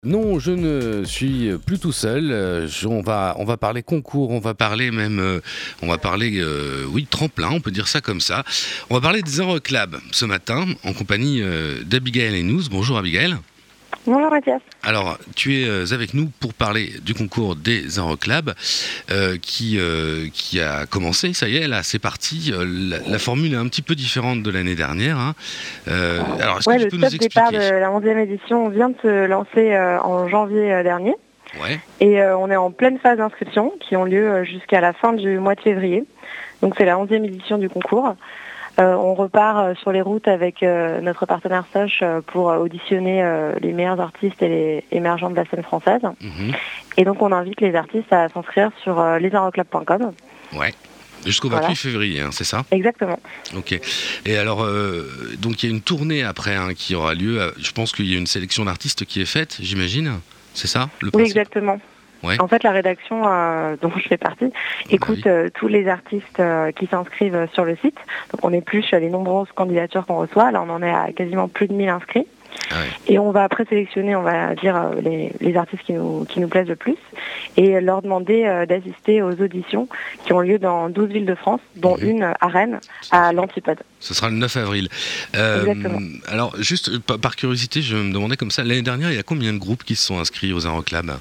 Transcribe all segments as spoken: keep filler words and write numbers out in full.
Non, je ne suis plus tout seul. Euh, je- on va, on va parler concours, on va parler même, euh, on va parler, euh, oui, tremplin, on peut dire ça comme ça. On va parler des Euroclubs ce matin en compagnie euh, d'Abigail Henous. Bonjour Abigail. Bonjour Mathias. Alors, tu es euh, avec nous pour parler du concours des Euroclubs euh, qui, euh, qui a commencé, ça y est, là c'est parti. Euh, la, la formule est un petit peu différente de l'année dernière. Hein. Euh, alors, est-ce Ouais, que tu le peux top nous départ de expliquer? la onzième édition vient de se lancer euh, en janvier euh, dernier. Ouais, Et euh, on est en pleine phase d'inscription qui ont lieu euh, jusqu'à la fin du mois de février. Donc c'est la onzième édition du concours. Euh, on repart euh, sur les routes avec euh, notre partenaire Soch euh, pour euh, auditionner euh, les meilleurs artistes et les émergents de la scène française. mhm, Et donc on invite les artistes à s'inscrire sur euh, les euroclubs point com. ouais. Jusqu'au Voilà, vingt-huit février, hein, c'est ça? exactement. Ok. Et alors, euh, donc il y a une tournée après hein, qui aura lieu. Euh, Je pense qu'il y a une sélection d'artistes qui est faite, j'imagine. C'est ça, le Oui, principe? exactement. Ouais. En fait, la rédaction euh, dont je fais partie écoute oui. euh, tous les artistes euh, qui s'inscrivent euh, sur le site. Donc on épluche euh, les nombreuses candidatures qu'on reçoit. Là, on en est à quasiment plus de mille inscrits. Ah ouais. Et on va présélectionner, on va dire, euh, les, les artistes qui nous, qui nous plaisent le plus et euh, leur demander euh, d'assister aux auditions qui ont lieu dans douze villes de France, dont Mhm. une à Rennes, à l'Antipode. Ce sera le neuf avril. Euh, Exactement. alors, juste euh, par, par curiosité, je me demandais comme ça, l'année dernière, il y a combien de groupes qui se sont inscrits aux Euroclubs?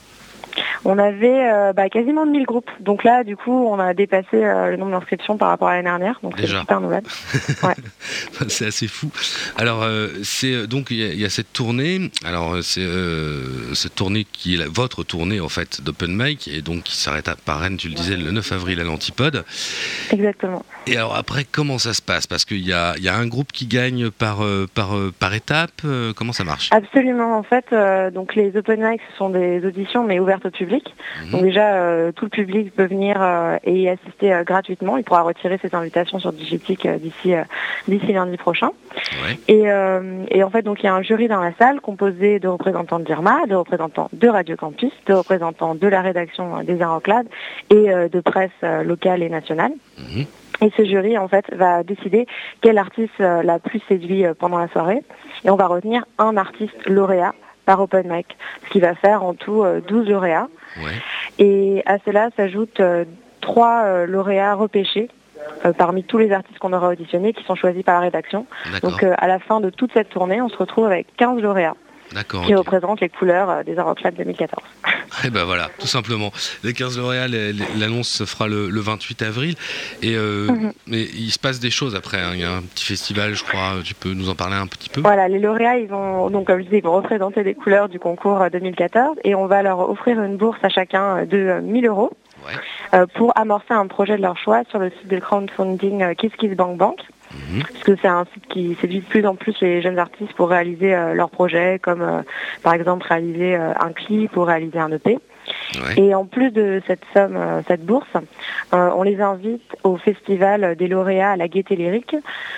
On avait euh, bah, quasiment mille groupes. Donc là, du coup, on a dépassé euh, le nombre d'inscriptions par rapport à l'année dernière. Donc c'est une Déjà. super nouvelle. Ouais. C'est assez fou. Alors, euh, c'est donc il y, a- il y a cette tournée. Alors, euh, c'est euh, cette tournée qui est la- votre tournée en fait d'open mic et donc qui s'arrête à par Rennes, tu le disais, le neuf avril à l'Antipode. Exactement. Et alors après, comment ça se passe? Parce qu'il y a, il y a un groupe qui gagne par euh, par euh, par étape. euh, comment ça marche? Absolument. En fait, euh, donc les open mic, ce sont des auditions mais ouvertes au public. Mhm. Donc déjà, euh, tout le public peut venir euh, et y assister euh, gratuitement. Il pourra retirer ses invitations sur Digitic euh, d'ici euh, d'ici lundi prochain. Ouais. Et, euh, et en fait, donc il y a un jury dans la salle composé de représentants de l'IRMA, de représentants de Radio Campus, de représentants de la rédaction euh, des Euroclubs et euh, de presse euh, locale et nationale. Mhm. Et ce jury, en fait, va décider quel artiste euh, l'a plus séduit euh, pendant la soirée. Et on va retenir un artiste lauréat par open mic, ce qui va faire en tout euh, douze lauréats. Ouais. Et à cela s'ajoutent euh, trois euh, lauréats repêchés euh, parmi tous les artistes qu'on aura auditionnés qui sont choisis par la rédaction. D'accord. Donc euh, à la fin de toute cette tournée, on se retrouve avec quinze lauréats D'accord. qui ok. représentent les couleurs euh, des Euroclubs deux mille quatorze. Et ben voilà, tout simplement. Les quinze lauréats, les- les- l'annonce se fera le, le vingt-huit avril. Et euh, Mhm. mais il se passe des choses après. hein. Il y a un petit festival, je crois. Tu peux nous en parler un petit peu? Voilà, les lauréats, ils vont donc comme je disais, ils vont représenter les couleurs du concours euh, deux mille quatorze et on va leur offrir une bourse à chacun euh, de euh, mille euros Ouais. euh, pour amorcer un projet de leur choix sur le site de crowdfunding euh, Kiss Kiss Bank Bank. Mhm. Parce que c'est un site qui séduit de plus en plus les jeunes artistes pour réaliser euh, leurs projets, comme euh, par exemple réaliser euh, un clip ou réaliser un E P. Ouais. Et en plus de cette somme, euh, cette bourse, euh, on les invite au festival des lauréats à la Gaîté Lyrique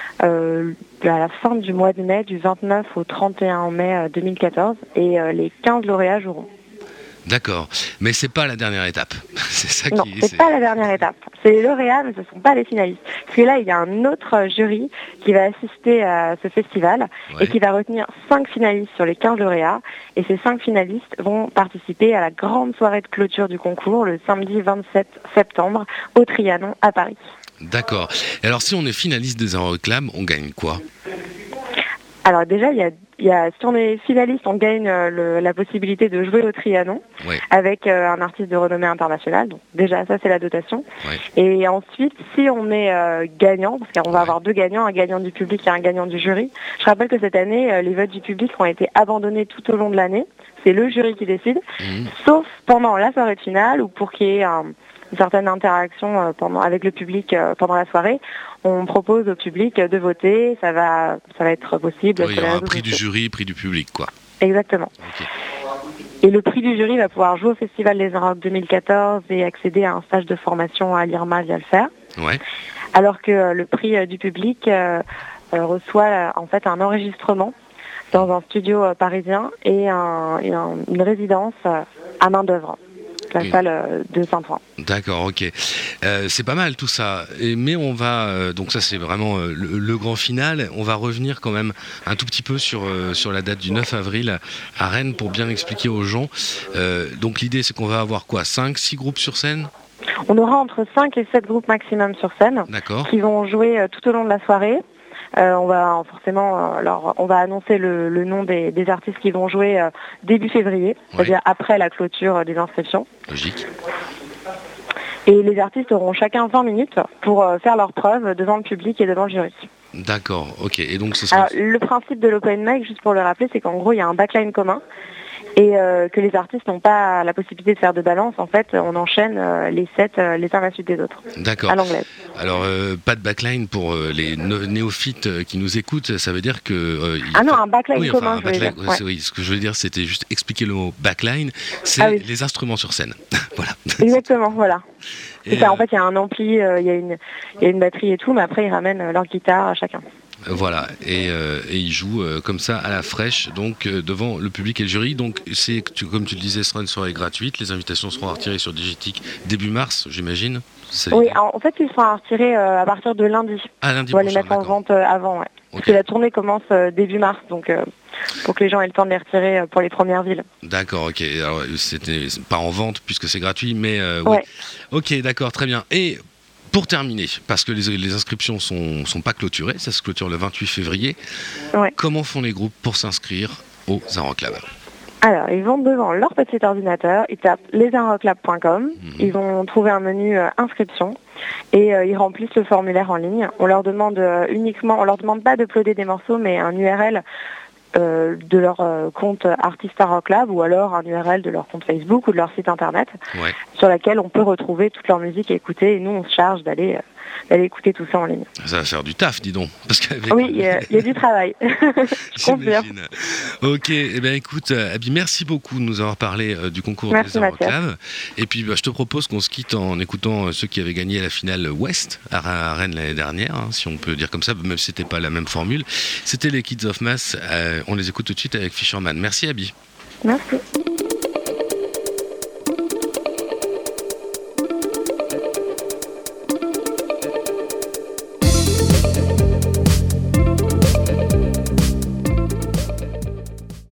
euh, à la fin du mois de mai, du vingt-neuf au trente et un mai euh, deux mille quatorze. Et euh, les quinze lauréats joueront. D'accord. Mais c'est pas la dernière étape. C'est ça Non, qui. c'est pas la dernière étape. C'est les lauréats, mais ce ne sont pas les finalistes. Parce que là, il y a un autre jury qui va assister à ce festival Ouais. et qui va retenir cinq finalistes sur les quinze lauréats. Et ces cinq finalistes vont participer à la grande soirée de clôture du concours le samedi vingt-sept septembre au Trianon à Paris. D'accord. Et alors, si on est finaliste des Euroclubs, on gagne quoi? Alors déjà, il y a, il y a, si on est finaliste, on gagne euh, le- la possibilité de jouer au Trianon Ouais. avec euh, un artiste de renommée internationale. Donc déjà, ça c'est la dotation. Ouais. Et ensuite, si on est euh, gagnant, parce qu'on va Ouais. avoir deux gagnants, un gagnant du public et un gagnant du jury. Je rappelle que cette année, euh, les votes du public ont été abandonnés tout au long de l'année. C'est le jury qui décide, Mhm. sauf pendant la soirée de finale ou pour qu'il y ait un- une certaine interaction euh, pendant, avec le public euh, pendant la soirée. On propose au public de voter, ça va, ça va être possible. Oui, il y sur les aura un réseaux prix du sociaux. jury, prix du public, quoi. Exactement. Ok. Et le prix du jury va pouvoir jouer au Festival des Inrocks deux mille quatorze et accéder à un stage de formation à l'IRMA via le fer. Ouais. Alors que euh, le prix euh, du public euh, euh, reçoit euh, en fait un enregistrement dans un studio euh, parisien et, un- et un- une résidence euh, à main d'œuvre. la Oui. salle euh, de Saint-Ouen. D'accord, ok. Euh, c'est pas mal tout ça. Et, mais on va, euh, donc ça c'est vraiment euh, le, le grand final. On va revenir quand même un tout petit peu sur, euh, sur la date du neuf avril à Rennes pour bien expliquer aux gens. Euh, donc l'idée c'est qu'on va avoir quoi, cinq, six groupes sur scène? On aura entre cinq et sept groupes maximum sur scène D'accord. qui vont jouer euh, tout au long de la soirée. Euh, on va forcément, euh, alors, on va annoncer le, le nom des, des artistes qui vont jouer euh, début février, c'est-à-dire après la clôture euh, des inscriptions. Logique. Et les artistes auront chacun vingt minutes pour euh, faire leurs preuves devant le public et devant le jury. D'accord, ok. Et donc ce sera... Alors, le principe de l'open mic, juste pour le rappeler, c'est qu'en gros, il y a un backline commun et euh, que les artistes n'ont pas la possibilité de faire de balance. En fait, on enchaîne euh, les sets euh, les uns à la suite des autres. D'accord. À l'anglaise. Alors, euh, pas de backline pour euh, les no- néophytes euh, qui nous écoutent, ça veut dire que... euh, il Ah non, faut- un backline oui, commun, enfin, un je voulais backline, dire. Ouais. c'est- oui, ce que je voulais dire, c'était juste expliquer le mot backline, c'est Ah oui. les instruments sur scène. Voilà. Exactement, voilà. C'est Et, ça, euh, en fait, il y a un ampli, euh, il y a une, il y a une batterie et tout, mais après, ils ramènent euh, leur guitare à chacun. Voilà, et, euh, et ils jouent euh, comme ça à la fraîche, donc euh, devant le public et le jury. Donc c'est, tu- comme tu le disais, ce sera une soirée gratuite. Les invitations seront à retirer sur Digitic début mars, j'imagine. C'est Oui, l'idée. en en fait, ils seront à retirer euh, à partir de lundi. Ah, lundi On va les prochain, mettre en d'accord. vente euh, avant, ouais. Parce Ok. que la tournée commence euh, début mars, donc euh, pour que les gens aient le temps de les retirer euh, pour les premières villes. D'accord, ok. Alors, c'était c'est pas en vente puisque c'est gratuit, mais euh, oui. Ouais. Ok, d'accord, très bien. Et pour terminer, parce que les, les inscriptions sont, sont pas clôturées, ça se clôture le vingt-huit février. Ouais. Comment font les groupes pour s'inscrire au Zaroclab? Alors, ils vont devant leur petit ordinateur, ils tapent lesaroclab point com, Mhm. ils vont trouver un menu euh, inscription et euh, ils remplissent le formulaire en ligne. On leur demande euh, uniquement, on leur demande pas d'uploader des morceaux, mais un U R L euh, de leur euh, compte Artista Rock Lab ou alors un U R L de leur compte Facebook ou de leur site internet Ouais. sur laquelle on peut retrouver toute leur musique et écouter. Et nous, on se charge d'aller euh, d'aller écouter tout ça en ligne. Ça va faire du taf, dis donc. Parce qu'avec... Oui, il y, a- il y a du travail. Je confirme. J'imagine. Ok, eh bien écoute, euh, Abby, merci beaucoup de nous avoir parlé euh, du concours Merci, des Mathias. Euroclaves. Et puis bah, je te propose qu'on se quitte en écoutant euh, ceux qui avaient gagné la finale Ouest à, Ra- à Rennes l'année dernière, hein, si on peut dire comme ça, même si c'était pas la même formule. C'était les Kids of Mass. Euh, on les écoute tout de suite avec Fisherman. Merci Abby. Merci.